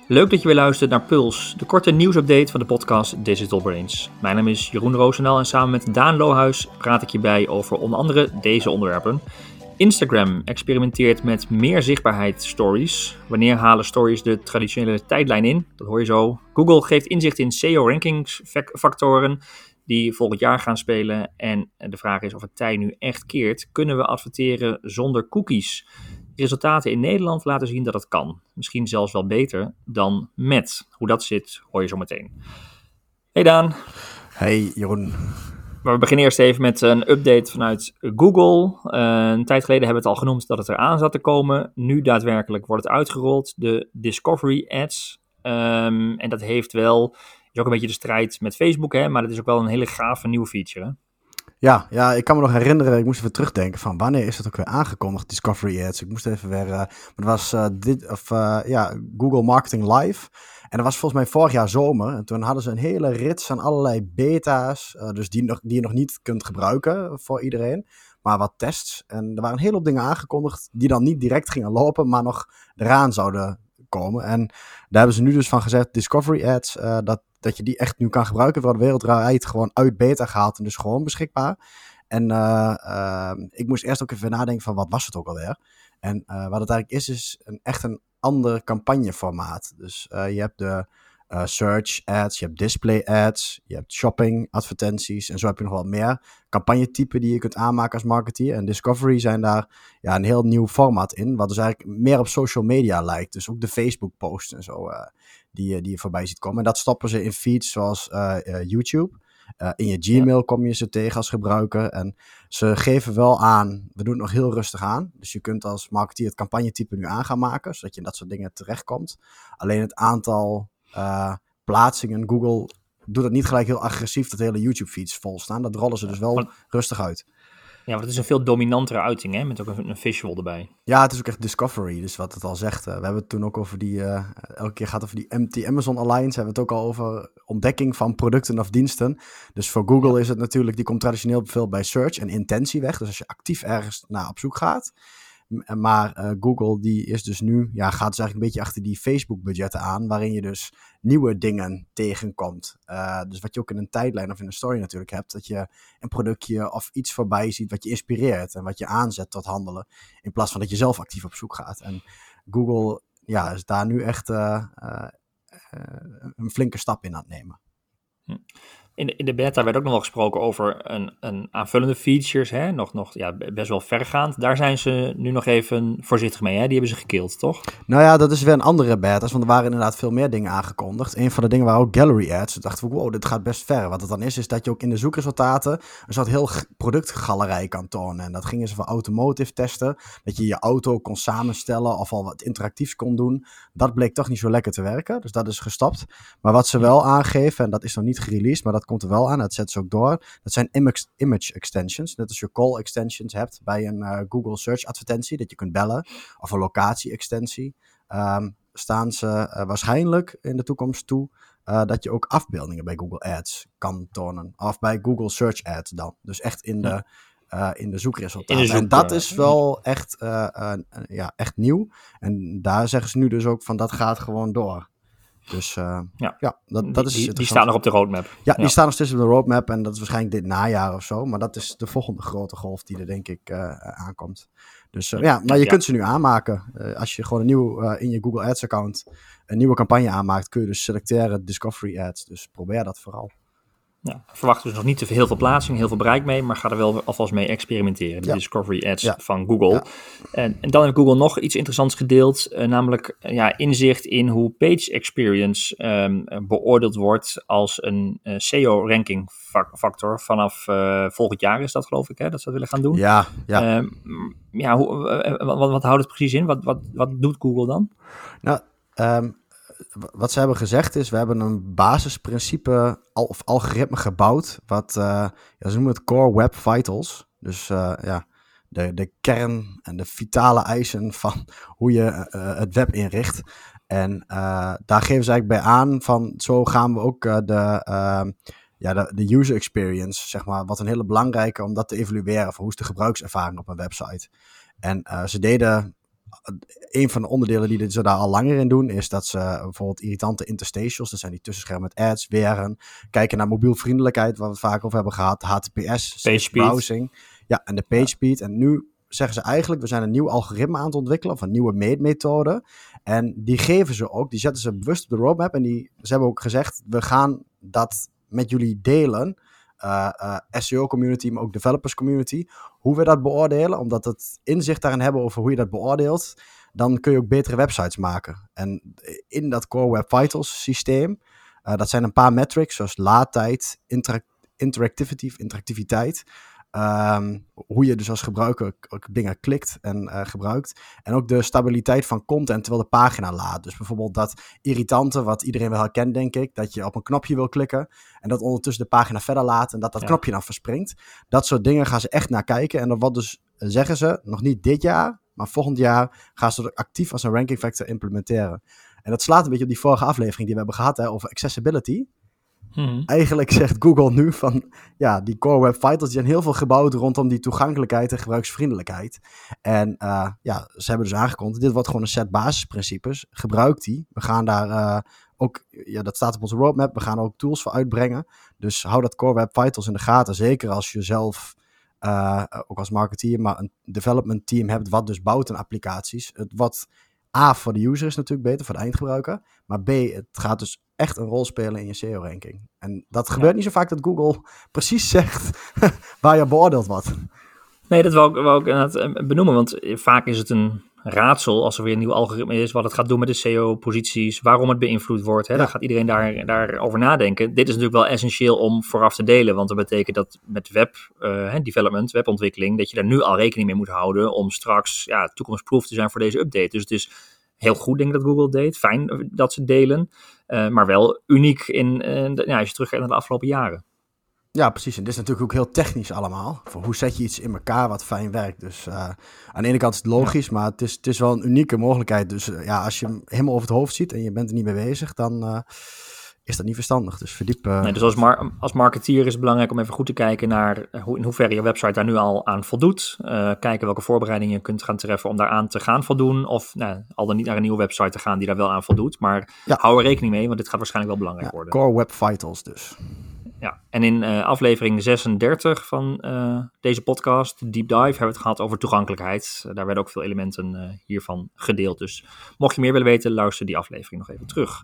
Leuk dat je weer luistert naar Puls, de korte nieuwsupdate van de podcast Digital Brains. Mijn naam is Jeroen Roosendaal en samen met Daan Lohuis praat ik je bij over onder andere deze onderwerpen. Instagram experimenteert met meer zichtbaarheid stories. Wanneer halen stories de traditionele tijdlijn in? Dat hoor je zo. Google geeft inzicht in SEO-rankingsfactoren die volgend jaar gaan spelen. En de vraag is of het tij nu echt keert. Kunnen we adverteren zonder cookies? Resultaten in Nederland laten zien dat het kan. Misschien zelfs wel beter dan met. Hoe dat zit, hoor je zo meteen. Hey Daan. Hey Jeroen. Maar we beginnen eerst even met een update vanuit Google. Een tijd geleden hebben we het al genoemd dat het eraan zat te komen. Nu daadwerkelijk wordt het uitgerold, de Discovery Ads. En dat heeft wel, is ook een beetje de strijd met Facebook, hè? Maar dat is ook wel een hele gave nieuwe feature, hè? Ja, ik kan me nog herinneren, ik moest even terugdenken van wanneer is dat ook weer aangekondigd, Discovery Ads. Ik moest even weer, het was Google Marketing Live. En dat was volgens mij vorig jaar zomer. En toen hadden ze een hele rits aan allerlei beta's, dus die je nog niet kunt gebruiken voor iedereen. Maar wat tests. En er waren een hele hoop dingen aangekondigd die dan niet direct gingen lopen, maar nog eraan zouden komen. En daar hebben ze nu dus van gezegd, Discovery Ads, dat je die echt nu kan gebruiken. Worden wereldwijd gewoon uit beta gehaald en dus gewoon beschikbaar. En ik moest eerst ook even nadenken van wat was het ook alweer. En wat het eigenlijk is echt een ander campagneformaat. Dus je hebt de search ads, je hebt display ads, je hebt shopping advertenties en zo heb je nog wat meer campagnetypen die je kunt aanmaken als marketeer. En Discovery zijn daar een heel nieuw format in, wat dus eigenlijk meer op social media lijkt. Dus ook de Facebook posts en zo die je voorbij ziet komen. En dat stoppen ze in feeds zoals YouTube. In je Gmail kom je ze tegen als gebruiker. En ze geven wel aan, we doen het nog heel rustig aan. Dus je kunt als marketeer het campagnetype nu aan gaan maken, zodat je in dat soort dingen terechtkomt. Alleen het aantal plaatsingen, Google doet het niet gelijk heel agressief dat de hele YouTube-feeds vol staan. Dat rollen ze dus wel rustig uit. Ja, want het is een veel dominantere uiting, hè? Met ook een visual erbij. Ja, het is ook echt Discovery, dus wat het al zegt. We hebben het toen ook over elke keer gaat over die Amazon Alliance. Hebben we het ook al over ontdekking van producten of diensten. Dus voor Google is het natuurlijk, die komt traditioneel veel bij search en intentie weg. Dus als je actief ergens naar op zoek gaat. Maar Google die is dus nu, gaat dus eigenlijk een beetje achter die Facebook budgetten aan, waarin je dus nieuwe dingen tegenkomt. Dus wat je ook in een tijdlijn of in een story natuurlijk hebt, dat je een productje of iets voorbij ziet wat je inspireert en wat je aanzet tot handelen, in plaats van dat je zelf actief op zoek gaat. En Google is daar nu echt een flinke stap in aan het nemen. In de beta werd ook nog wel gesproken over een aanvullende features, hè? Nog best wel vergaand. Daar zijn ze nu nog even voorzichtig mee, hè? Die hebben ze gekild, toch? Nou ja, dat is weer een andere beta's, want er waren inderdaad veel meer dingen aangekondigd. Een van de dingen waren ook gallery ads. Toen dachten we, wow, dit gaat best ver. Wat het dan is dat je ook in de zoekresultaten een soort heel productgalerij kan tonen. En dat gingen ze voor automotive testen, dat je je auto kon samenstellen of al wat interactiefs kon doen. Dat bleek toch niet zo lekker te werken, dus dat is gestopt. Maar wat ze wel aangeven, en dat is nog niet gereleased, maar dat komt er wel aan, dat zetten ze ook door. Dat zijn image extensions. Net als je call extensions hebt bij een Google search advertentie, dat je kunt bellen, of een locatie extensie. Staan ze waarschijnlijk in de toekomst toe dat je ook afbeeldingen bij Google Ads kan tonen. Of bij Google Search Ads dan. Dus echt in de zoekresultaten. En dat is wel echt, echt nieuw. En daar zeggen ze nu dus ook van dat gaat gewoon door. Dus dat is die staan nog op de roadmap. Ja, die staan nog steeds op de roadmap en dat is waarschijnlijk dit najaar of zo. Maar dat is de volgende grote golf die er denk ik aankomt. Dus maar je kunt ze nu aanmaken. Als je gewoon in je Google Ads account een nieuwe campagne aanmaakt, kun je dus selecteren Discovery Ads. Dus probeer dat vooral. Ja, verwacht dus nog niet te heel veel plaatsing, heel veel bereik mee, maar ga er wel alvast mee experimenteren. De Discovery Ads van Google. Ja. En dan heeft Google nog iets interessants gedeeld, namelijk inzicht in hoe page experience beoordeeld wordt als een SEO-ranking factor. Vanaf volgend jaar is dat, geloof ik, hè, dat ze dat willen gaan doen. Ja. Wat houdt het precies in? Wat doet Google dan? Nou, wat ze hebben gezegd is, we hebben een basisprincipe of algoritme gebouwd, wat ze noemen het Core Web Vitals. Dus de kern en de vitale eisen van hoe je het web inricht. En daar geven ze eigenlijk bij aan van, zo gaan we ook de user experience, zeg maar, wat een hele belangrijke om dat te evalueren, voor hoe is de gebruikservaring op een website. En ze deden een van de onderdelen die ze daar al langer in doen, is dat ze bijvoorbeeld irritante interstitials, dat zijn die tussenschermen met ads, weren, kijken naar mobielvriendelijkheid, waar we het vaak over hebben gehad, HTTPS, PageSpeed. browsing, ja, en de PageSpeed. En nu zeggen ze eigenlijk, we zijn een nieuw algoritme aan het ontwikkelen, of een nieuwe meetmethode. En die geven ze ook, die zetten ze bewust op de roadmap. En ze hebben ook gezegd, we gaan dat met jullie delen. SEO community, maar ook developers community. Hoe we dat beoordelen, omdat het inzicht daarin hebben over hoe je dat beoordeelt. Dan kun je ook betere websites maken. En in dat Core Web Vitals systeem, dat zijn een paar metrics, zoals laadtijd, interactiviteit. Hoe je dus als gebruiker ook dingen klikt en gebruikt. En ook de stabiliteit van content terwijl de pagina laadt. Dus bijvoorbeeld dat irritante, wat iedereen wel herkent, denk ik. Dat je op een knopje wil klikken en dat ondertussen de pagina verder laat en dat knopje dan verspringt. Dat soort dingen gaan ze echt naar kijken. En dan wat dus, zeggen ze, nog niet dit jaar, maar volgend jaar gaan ze het actief als een ranking factor implementeren. En dat slaat een beetje op die vorige aflevering die we hebben gehad over accessibility. Eigenlijk zegt Google nu van, ja, die Core Web Vitals die zijn heel veel gebouwd rondom die toegankelijkheid en gebruiksvriendelijkheid. En ze hebben dus aangekondigd, dit wordt gewoon een set basisprincipes. Gebruik die. We gaan daar ook, dat staat op onze roadmap, we gaan er ook tools voor uitbrengen. Dus hou dat Core Web Vitals in de gaten. Zeker als je zelf, ook als marketeer, maar een development team hebt wat dus bouwt aan applicaties. Het wat A, voor de user is natuurlijk beter, voor de eindgebruiker. Maar B, het gaat dus echt een rol spelen in je SEO-ranking. En dat gebeurt niet zo vaak dat Google precies zegt waar je beoordeeld wordt. Nee, dat wou ik inderdaad benoemen, want vaak is het een raadsel als er weer een nieuw algoritme is, wat het gaat doen met de SEO-posities, waarom het beïnvloed wordt. Hè? Ja. Dan gaat iedereen daarover nadenken. Dit is natuurlijk wel essentieel om vooraf te delen, want dat betekent dat met development, webontwikkeling, dat je daar nu al rekening mee moet houden om straks toekomstproof te zijn voor deze update. Dus het is heel goed, denk ik, dat Google het deed. Fijn dat ze het delen, maar wel uniek als je terugkijkt naar de afgelopen jaren. Ja, precies. En dit is natuurlijk ook heel technisch allemaal. Voor hoe zet je iets in elkaar wat fijn werkt. Dus aan de ene kant is het logisch, maar het is wel een unieke mogelijkheid. Dus als je hem helemaal over het hoofd ziet en je bent er niet mee bezig, dan is dat niet verstandig. Dus verdiepen. Nee, dus als marketeer is het belangrijk om even goed te kijken naar in hoeverre je website daar nu al aan voldoet. Kijken welke voorbereidingen je kunt gaan treffen om daaraan te gaan voldoen. Of al dan niet naar een nieuwe website te gaan die daar wel aan voldoet. Maar hou er rekening mee, want dit gaat waarschijnlijk wel belangrijk worden. Core Web Vitals dus. Ja, en in aflevering 36 van deze podcast, Deep Dive, hebben we het gehad over toegankelijkheid. Daar werden ook veel elementen hiervan gedeeld. Dus mocht je meer willen weten, luister die aflevering nog even terug.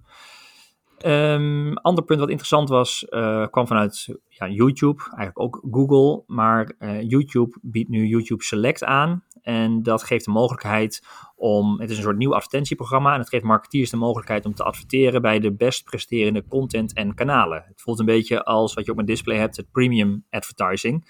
Ander punt wat interessant was, kwam vanuit YouTube, eigenlijk ook Google. Maar YouTube biedt nu YouTube Select aan. En dat geeft de mogelijkheid het is een soort nieuw advertentieprogramma en het geeft marketeers de mogelijkheid om te adverteren bij de best presterende content en kanalen. Het voelt een beetje als wat je op een display hebt, het premium advertising.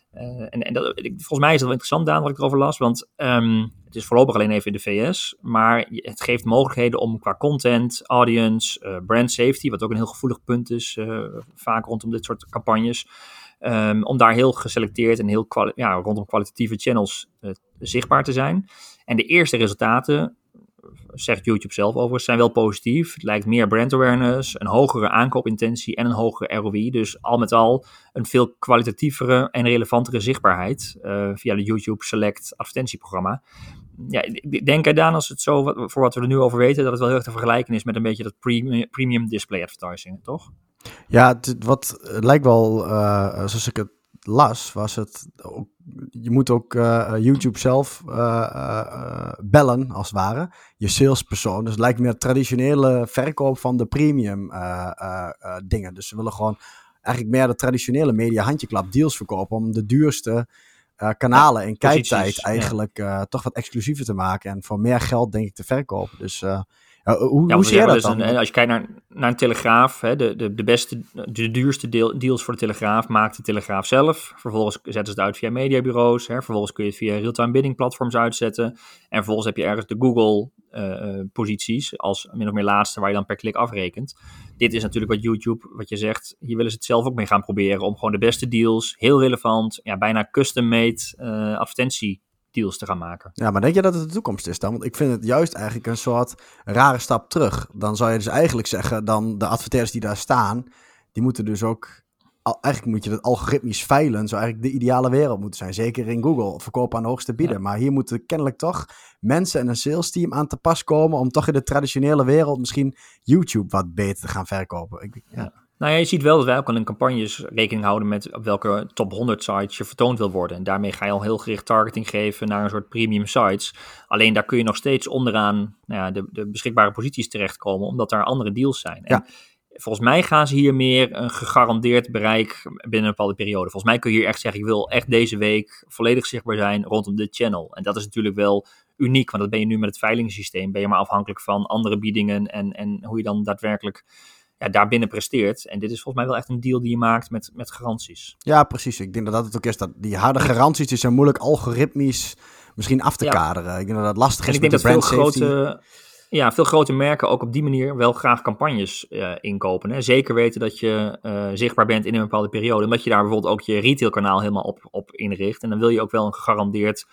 Volgens mij is dat wel interessant, Daan, wat ik erover las, want het is voorlopig alleen even in de VS, maar het geeft mogelijkheden om qua content, audience, brand safety, wat ook een heel gevoelig punt is, vaak rondom dit soort campagnes, om daar heel geselecteerd en heel rondom kwalitatieve channels zichtbaar te zijn. En de eerste resultaten, zegt YouTube zelf overigens, zijn wel positief. Het lijkt meer brand awareness, een hogere aankoopintentie en een hogere ROI. Dus al met al een veel kwalitatievere en relevantere zichtbaarheid via de YouTube Select advertentieprogramma. Ja, ik denk, Daan, als het zo, voor wat we er nu over weten, dat het wel heel erg te vergelijken is met een beetje dat premium display advertising, toch? Ja, het lijkt wel, zoals ik het las, was het ook, je moet ook YouTube zelf bellen, als het ware. Je salespersoon. Dus het lijkt meer traditionele verkoop van de premium dingen. Dus ze willen gewoon eigenlijk meer de traditionele media handjeklap deals verkopen om de duurste kanalen en kijktijd eigenlijk toch wat exclusiever te maken en voor meer geld, denk ik, te verkopen. Dus hoe zie je dat dan? Als je kijkt naar een Telegraaf, de duurste deals voor de Telegraaf maakt de Telegraaf zelf. Vervolgens zetten ze het uit via mediabureaus. Vervolgens kun je het via real-time bidding platforms uitzetten. En vervolgens heb je ergens de Google posities als min of meer laatste waar je dan per klik afrekent. Dit is natuurlijk wat YouTube, wat je zegt, hier willen ze het zelf ook mee gaan proberen om gewoon de beste deals, heel relevant, bijna custom-made advertentiedeals te gaan maken. Ja, maar denk je dat het de toekomst is dan? Want ik vind het juist eigenlijk een soort rare stap terug. Dan zou je dus eigenlijk zeggen, dan de adverteerders die daar staan, die moeten dus ook eigenlijk moet je dat algoritmisch veilen, zou eigenlijk de ideale wereld moeten zijn. Zeker in Google, verkopen aan de hoogste bieder. Maar hier moeten kennelijk toch mensen en een sales team aan te pas komen om toch in de traditionele wereld misschien YouTube wat beter te gaan verkopen. Nou ja, je ziet wel dat wij ook al in campagnes rekening houden met op welke top 100 sites je vertoond wil worden. En daarmee ga je al heel gericht targeting geven naar een soort premium sites. Alleen daar kun je nog steeds onderaan de beschikbare posities terechtkomen, omdat daar andere deals zijn. En volgens mij gaan ze hier meer een gegarandeerd bereik binnen een bepaalde periode. Volgens mij kun je hier echt zeggen, ik wil echt deze week volledig zichtbaar zijn rondom dit channel. En dat is natuurlijk wel uniek, want dat ben je nu met het veilingssysteem. Ben je maar afhankelijk van andere biedingen en hoe je dan daadwerkelijk daarbinnen presteert. En dit is volgens mij wel echt een deal die je maakt met garanties. Ja, precies. Ik denk dat het ook is dat die harde garanties die zijn moeilijk algoritmisch misschien af te kaderen. Ik denk dat dat lastig is. En ik denk dat veel grote merken ook op die manier wel graag campagnes inkopen. Hè. Zeker weten dat je zichtbaar bent in een bepaalde periode. Omdat je daar bijvoorbeeld ook je retailkanaal helemaal op inricht. En dan wil je ook wel een gegarandeerd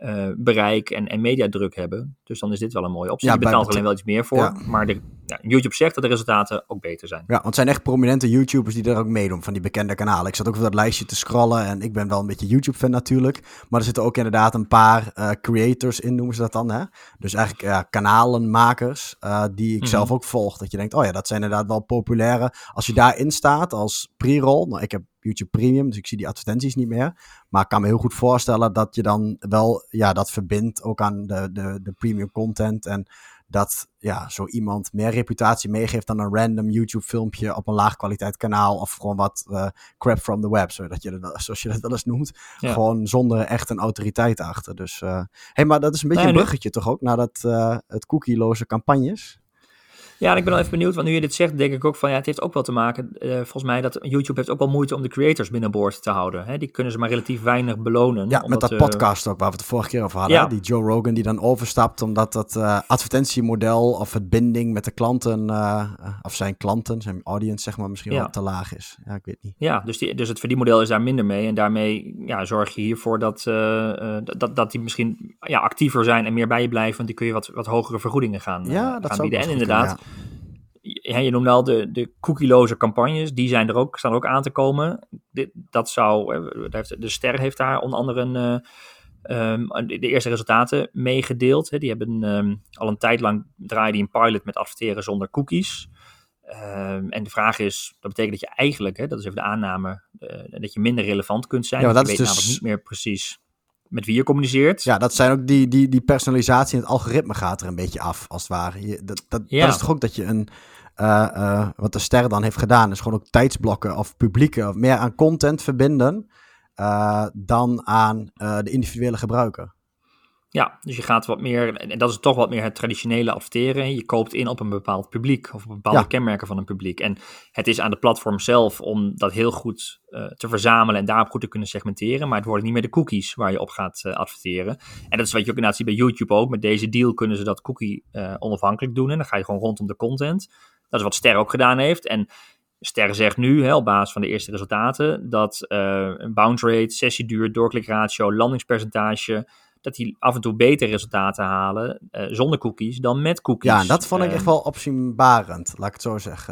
bereik en mediadruk hebben. Dus dan is dit wel een mooie optie. Je betaalt er alleen wel iets meer voor. Maar YouTube zegt dat de resultaten ook beter zijn. Ja, want het zijn echt prominente YouTubers die daar ook meedoen, van die bekende kanalen. Ik zat ook op dat lijstje te scrollen en ik ben wel een beetje YouTube-fan natuurlijk. Maar er zitten ook inderdaad een paar creators in, noemen ze dat dan. Hè? Dus eigenlijk kanalenmakers die ik zelf ook volg. Dat je denkt, dat zijn inderdaad wel populaire. Als je daarin staat als pre-roll, nou ik heb YouTube Premium, dus ik zie die advertenties niet meer. Maar ik kan me heel goed voorstellen dat je dan wel dat verbindt ook aan de premium content. En dat zo iemand meer reputatie meegeeft dan een random YouTube filmpje op een laag kwaliteit kanaal. Of gewoon wat crap from the web, zoals je dat wel eens noemt. Ja. Gewoon zonder echt een autoriteit achter. Dus, maar dat is een beetje een bruggetje toch ook naar het cookie-loze campagnes. Ja, en ik ben wel even benieuwd, want nu je dit zegt, denk ik ook van, het heeft ook wel te maken, volgens mij, dat YouTube heeft ook wel moeite om de creators binnenboord te houden. Hè? Die kunnen ze maar relatief weinig belonen. Ja, omdat, met dat podcast ook, waar we het de vorige keer over hadden. Die Joe Rogan die dan overstapt, omdat dat advertentiemodel of het binding met de klanten, of zijn klanten, zijn audience, zeg maar, misschien wel te laag is. Ja, ik weet niet. Ja, dus het verdienmodel is daar minder mee. En daarmee zorg je hiervoor dat die misschien actiever zijn en meer bij je blijven, want die kun je wat hogere vergoedingen gaan bieden. En inderdaad, je noemde al de cookie-loze campagnes, die staan er ook aan te komen. De Ster heeft daar onder andere de eerste resultaten meegedeeld. Die hebben al een tijd lang draaien een pilot met adverteren zonder cookies. En de vraag is, dat betekent dat je eigenlijk, dat is even de aanname, dat je minder relevant kunt zijn. Ja, dat je weet namelijk niet meer precies met wie je communiceert. Ja, dat zijn ook die personalisatie in het algoritme gaat er een beetje af, als het ware. Dat is toch ook dat je wat de Ster dan heeft gedaan, is gewoon ook tijdsblokken of publieken of meer aan content verbinden dan aan de individuele gebruiker. Ja, dus je gaat wat meer, en dat is toch wat meer het traditionele adverteren. Je koopt in op een bepaald publiek of op bepaalde kenmerken van een publiek. En het is aan de platform zelf om dat heel goed te verzamelen en daarop goed te kunnen segmenteren. Maar het worden niet meer de cookies waar je op gaat adverteren. En dat is wat je ook inderdaad ziet bij YouTube ook. Met deze deal kunnen ze dat cookie onafhankelijk doen. En dan ga je gewoon rondom de content. Dat is wat Ster ook gedaan heeft. En Ster zegt nu, op basis van de eerste resultaten, dat een bounce rate, sessieduur, doorklikratio, landingspercentage, dat die af en toe betere resultaten halen zonder cookies dan met cookies. Ja, dat vond ik echt wel opzienbarend, laat ik het zo zeggen.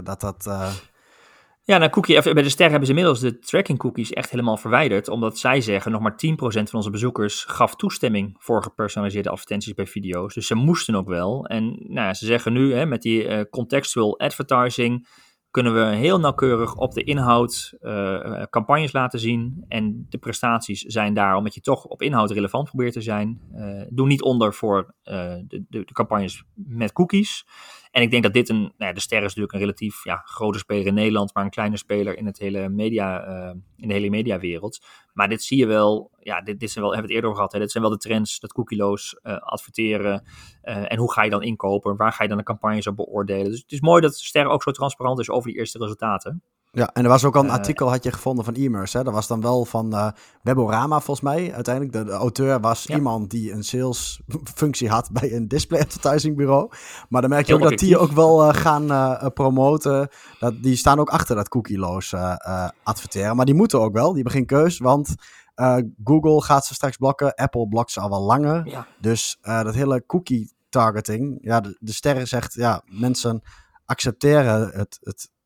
Ja, bij de Ster hebben ze inmiddels de tracking cookies echt helemaal verwijderd, omdat zij zeggen, nog maar 10% van onze bezoekers gaf toestemming voor gepersonaliseerde advertenties bij video's. Dus ze moesten ook wel. En ze zeggen nu, met die contextual advertising kunnen we heel nauwkeurig op de inhoud campagnes laten zien. En de prestaties zijn daar, omdat je toch op inhoud relevant probeert te zijn. Doe niet onder voor de campagnes met cookies. En ik denk dat dit de Ster is natuurlijk een relatief grote speler in Nederland, maar een kleine speler in het hele in de hele mediawereld. Maar dit zie je wel, dit zijn wel, hebben we het eerder over gehad, dit zijn wel de trends, dat cookie-loos adverteren. En hoe ga je dan inkopen? Waar ga je dan de campagnes op beoordelen? Dus het is mooi dat Ster ook zo transparant is over die eerste resultaten. Ja, en er was ook al een artikel, had je gevonden, van e-mailers. Dat was dan wel van Weborama, volgens mij. Uiteindelijk, de auteur was iemand die een salesfunctie had bij een display advertising bureau. Maar dan merk je ook dat die ook wel gaan promoten. Die staan ook achter dat cookie-loos adverteren. Maar die moeten ook wel, die hebben geen keus, want Google gaat ze straks blokken. Apple blokt ze al wel langer. Ja. Dus dat hele cookie targeting, de Ster zegt, mensen accepteren het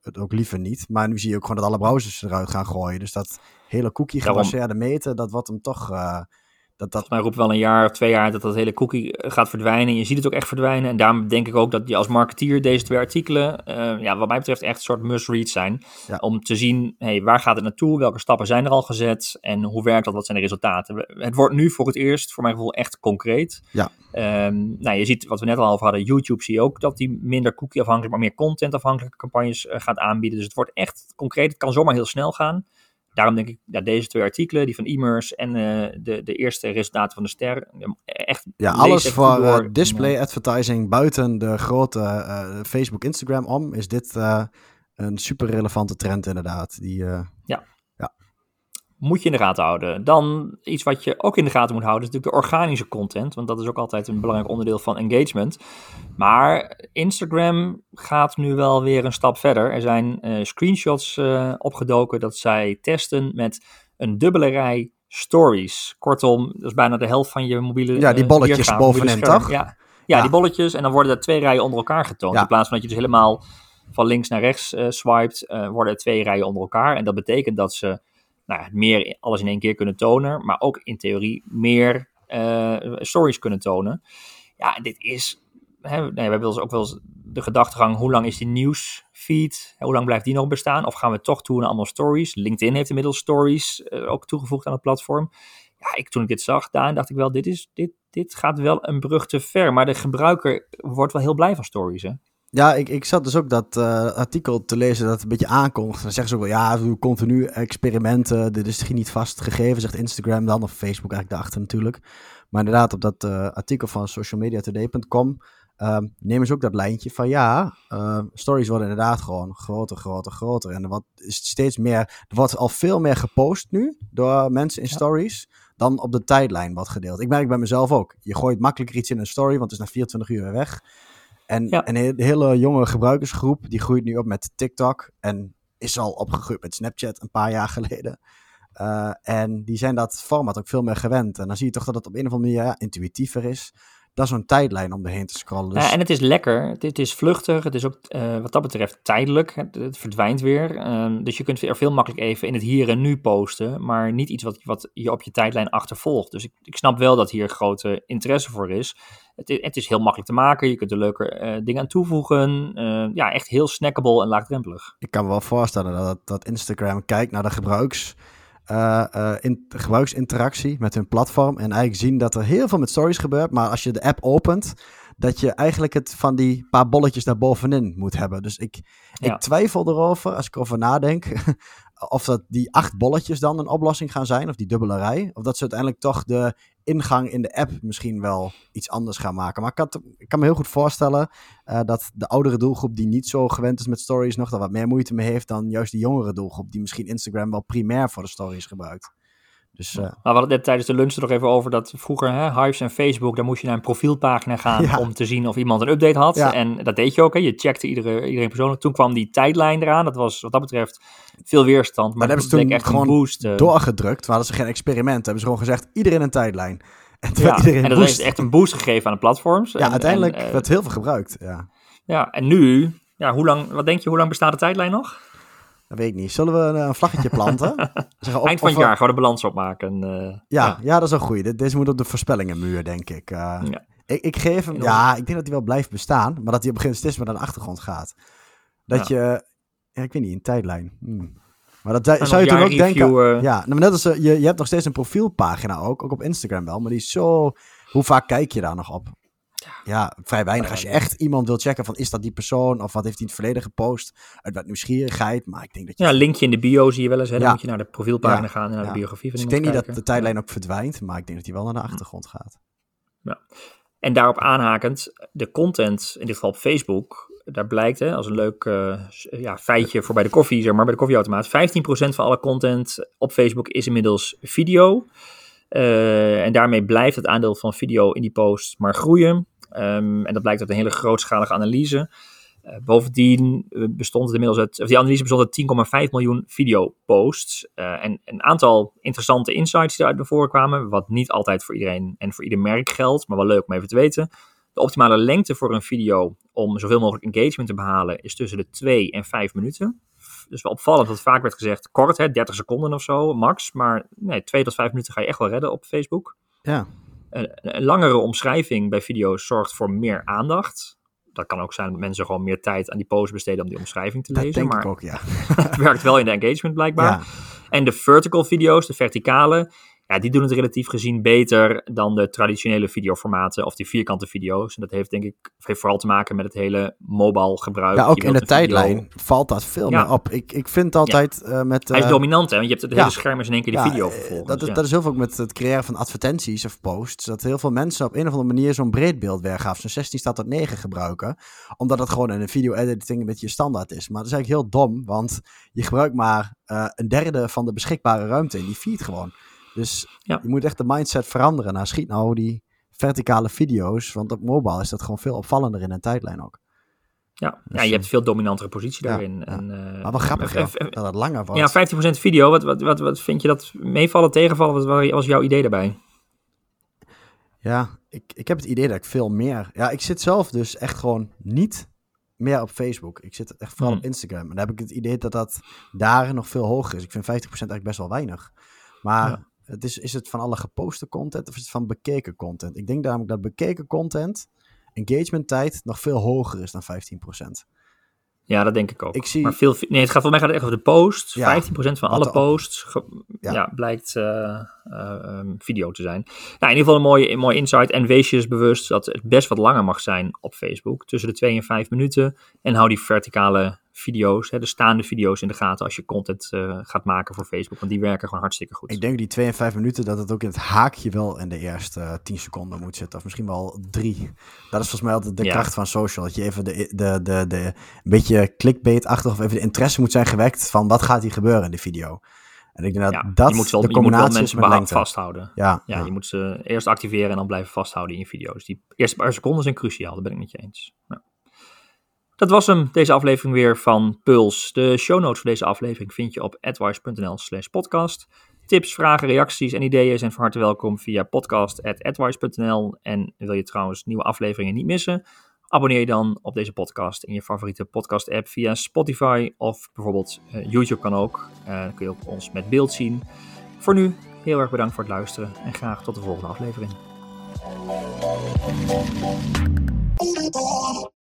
het ook liever niet. Maar nu zie je ook gewoon dat alle browsers eruit gaan gooien. Dus dat hele cookie-gebaseerde meten, dat wordt hem toch... Volgens mij roepen we al een jaar of 2 jaar dat hele cookie gaat verdwijnen. Je ziet het ook echt verdwijnen. En daarom denk ik ook dat je als marketeer deze 2 artikelen, wat mij betreft echt een soort must-read zijn. Ja. Om te zien, waar gaat het naartoe? Welke stappen zijn er al gezet? En hoe werkt dat? Wat zijn de resultaten? Het wordt nu voor het eerst, voor mijn gevoel, echt concreet. Ja. Je ziet, wat we net al over hadden, YouTube zie je ook dat die minder cookie-afhankelijk, maar meer content-afhankelijke campagnes gaat aanbieden. Dus het wordt echt concreet. Het kan zomaar heel snel gaan. Daarom denk ik, deze 2 artikelen, die van Immers en de eerste resultaten van de Ster, echt... Ja, alles voor display advertising buiten de grote Facebook, Instagram om, is dit een super relevante trend inderdaad. Ja. Moet je in de gaten houden. Dan iets wat je ook in de gaten moet houden, is natuurlijk de organische content, want dat is ook altijd een belangrijk onderdeel van engagement. Maar Instagram gaat nu wel weer een stap verder. Er zijn screenshots opgedoken dat zij testen met een dubbele rij stories. Kortom, dat is bijna de helft van je mobiele Ja, die bolletjes bovenin, toch? Ja, die bolletjes. En dan worden er 2 rijen onder elkaar getoond. Ja. In plaats van dat je dus helemaal van links naar rechts swipet, worden er 2 rijen onder elkaar. En dat betekent dat ze meer alles in één keer kunnen tonen, maar ook in theorie meer stories kunnen tonen. Ja, en dit is... we hebben ook wel eens de gedachtegang, hoe lang is die nieuwsfeed? Hoe lang blijft die nog bestaan? Of gaan we toch toe naar allemaal stories? LinkedIn heeft inmiddels stories ook toegevoegd aan het platform. Ja, toen ik dit zag, Daan, dacht ik wel, dit gaat wel een brug te ver. Maar de gebruiker wordt wel heel blij van stories, hè? Ja, ik zat dus ook dat artikel te lezen dat het een beetje aankondigt. Dan zeggen ze ook wel, ja, we doen continu experimenten. Dit is niet vastgegeven, zegt Instagram dan, of Facebook eigenlijk daarachter natuurlijk. Maar inderdaad, op dat artikel van socialmediatoday.com nemen ze ook dat lijntje van stories worden inderdaad gewoon groter. En er wordt al veel meer gepost nu door mensen in stories dan op de tijdlijn wat gedeeld. Ik merk bij mezelf ook. Je gooit makkelijker iets in een story, want het is na 24 uur weer weg. En een hele jonge gebruikersgroep, die groeit nu op met TikTok en is al opgegroeid met Snapchat een paar jaar geleden. En die zijn dat format ook veel meer gewend. En dan zie je toch dat het op een of andere manier intuïtiever is. Dat is zo'n tijdlijn om erheen te scrollen. Dus... Ja, en het is lekker, het is vluchtig, het is ook wat dat betreft tijdelijk, het verdwijnt weer. Dus je kunt er veel makkelijk even in het hier en nu posten, maar niet iets wat je op je tijdlijn achtervolgt. Dus ik snap wel dat hier grote interesse voor is. Het is heel makkelijk te maken, je kunt er leuke dingen aan toevoegen. Echt heel snackable en laagdrempelig. Ik kan me wel voorstellen dat Instagram kijkt naar de gebruiksinteractie met hun platform en eigenlijk zien dat er heel veel met stories gebeurt, maar als je de app opent, dat je eigenlijk het van die paar bolletjes daar bovenin moet hebben. Dus ik twijfel erover, als ik erover nadenk, of dat die 8 bolletjes dan een oplossing gaan zijn, of die dubbele rij, of dat ze uiteindelijk toch de ingang in de app misschien wel iets anders gaan maken. Maar ik kan me heel goed voorstellen dat de oudere doelgroep die niet zo gewend is met stories nog daar wat meer moeite mee heeft dan juist die jongere doelgroep die misschien Instagram wel primair voor de stories gebruikt. Dus, we hadden het net tijdens de lunch er nog even over dat vroeger Hives en Facebook, daar moest je naar een profielpagina gaan om te zien of iemand een update had. Ja. En dat deed je ook, hè? Je checkte iedereen persoonlijk. Toen kwam die tijdlijn eraan. Dat was wat dat betreft veel weerstand. Maar dat hebben ze toen echt gewoon een boost doorgedrukt. Toen hadden ze geen experiment. Hebben ze gewoon gezegd, iedereen een tijdlijn. En dat heeft echt een boost gegeven aan de platforms. Ja, uiteindelijk werd heel veel gebruikt. Ja, en nu, wat denk je, hoe lang bestaat de tijdlijn nog? Dat weet ik niet. Zullen we een vlaggetje planten? Eind van het jaar gaan we de balans opmaken. Ja, dat is een goeie. Deze moet op de voorspellingenmuur, denk ik. Ik geef hem... Ja, ik denk dat hij wel blijft bestaan. Maar dat hij op een gegeven moment steeds meer naar de achtergrond gaat. Dat je... Ja, ik weet niet, een tijdlijn. Maar dat zou je toen ook denken... Ja, maar net als je hebt nog steeds een profielpagina ook op Instagram wel. Maar die is zo... Hoe vaak kijk je daar nog op? Ja, vrij weinig. Als je echt iemand wil checken van is dat die persoon of wat heeft hij in het verleden gepost, uit wat nieuwsgierigheid, maar ik denk dat je... Ja, linkje in de bio zie je wel eens, hè? Dan moet je naar de profielpagina gaan en naar de biografie van dus ik denk niet dat de tijdlijn ook verdwijnt, maar ik denk dat die wel naar de achtergrond gaat. Ja. En daarop aanhakend, de content, in dit geval op Facebook, daar blijkt, als een leuk feitje voor bij de koffie, zeg maar, bij de koffieautomaat, 15% van alle content op Facebook is inmiddels video. En daarmee blijft het aandeel van video in die post maar groeien. En dat blijkt uit een hele grootschalige analyse. Bovendien bestond het inmiddels die analyse bestond uit 10,5 miljoen videoposts. En een aantal interessante insights die eruit naar voren kwamen, wat niet altijd voor iedereen en voor ieder merk geldt, maar wel leuk om even te weten. De De optimale lengte voor een video om zoveel mogelijk engagement te behalen is tussen de 2 en 5 minuten. Dus wel opvallend dat vaak werd gezegd kort, 30 seconden of zo, max. Maar nee, 2 tot 5 minuten ga je echt wel redden op Facebook. Ja. Een langere omschrijving bij video's zorgt voor meer aandacht. Dat kan ook zijn dat mensen gewoon meer tijd aan die post besteden om die omschrijving te lezen. Dat denk maar ik ook, ja. het werkt wel in de engagement blijkbaar. Ja. En de vertical video's, de verticale, ja, die doen het relatief gezien beter dan de traditionele videoformaten of die vierkante video's. En dat heeft vooral te maken met het hele mobile gebruik. Ja, ook in de tijdlijn valt dat veel meer op. Ik vind altijd met... Hij is dominant, hè? Want je hebt het hele scherm is in één keer de video vervolgens. Dat is heel veel ook met het creëren van advertenties of posts. Dat heel veel mensen op een of andere manier zo'n breedbeeld weergave, zo'n 16 staat tot 9 gebruiken. Omdat het gewoon in een video editing een beetje je standaard is. Maar dat is eigenlijk heel dom, want je gebruikt maar een derde van de beschikbare ruimte in die feed gewoon. Dus je moet echt de mindset veranderen. Nou, schiet nou die verticale video's, want op mobile is dat gewoon veel opvallender in een tijdlijn ook. Ja, dus, je hebt veel dominantere positie daarin. Ja. En, maar wel grappig dat het langer was. Ja, 15% video. Wat vind je dat meevallen, tegenvallen? Wat was jouw idee daarbij? Ja, ik heb het idee dat ik veel meer... Ja, ik zit zelf dus echt gewoon niet meer op Facebook. Ik zit echt vooral op Instagram. En dan heb ik het idee dat daar nog veel hoger is. Ik vind 50% eigenlijk best wel weinig. Maar is het van alle geposte content of is het van bekeken content? Ik denk namelijk dat bekeken content, engagement tijd, nog veel hoger is dan 15%. Ja, dat denk ik ook. Maar het gaat voor mij echt over de posts. Ja, 15% van alle posts blijkt video te zijn. Nou, in ieder geval een mooie insight. En wees je dus bewust dat het best wat langer mag zijn op Facebook. Tussen de 2 en 5 minuten. En hou die verticale video's, de staande video's in de gaten als je content gaat maken voor Facebook. Want die werken gewoon hartstikke goed. Ik denk die 2 en 5 minuten dat het ook in het haakje wel in de eerste 10 seconden moet zitten. Of misschien wel 3. Dat is volgens mij altijd de kracht van social. Dat je even de een beetje clickbait-achtig of even de interesse moet zijn gewekt van wat gaat hier gebeuren in de video. En ik denk dat de combinatie is met lengte. Vasthouden. Ja, je moet ze eerst activeren en dan blijven vasthouden in je video's. Die eerste paar seconden zijn cruciaal, dat ben ik met je eens. Ja. Dat was hem, deze aflevering weer van Puls. De show notes voor deze aflevering vind je op advice.nl/podcast. Tips, vragen, reacties en ideeën zijn van harte welkom via podcast@advice.nl. En wil je trouwens nieuwe afleveringen niet missen? Abonneer je dan op deze podcast in je favoriete podcast app via Spotify of bijvoorbeeld YouTube kan ook. Dan kun je ook ons met beeld zien. Voor nu, heel erg bedankt voor het luisteren en graag tot de volgende aflevering.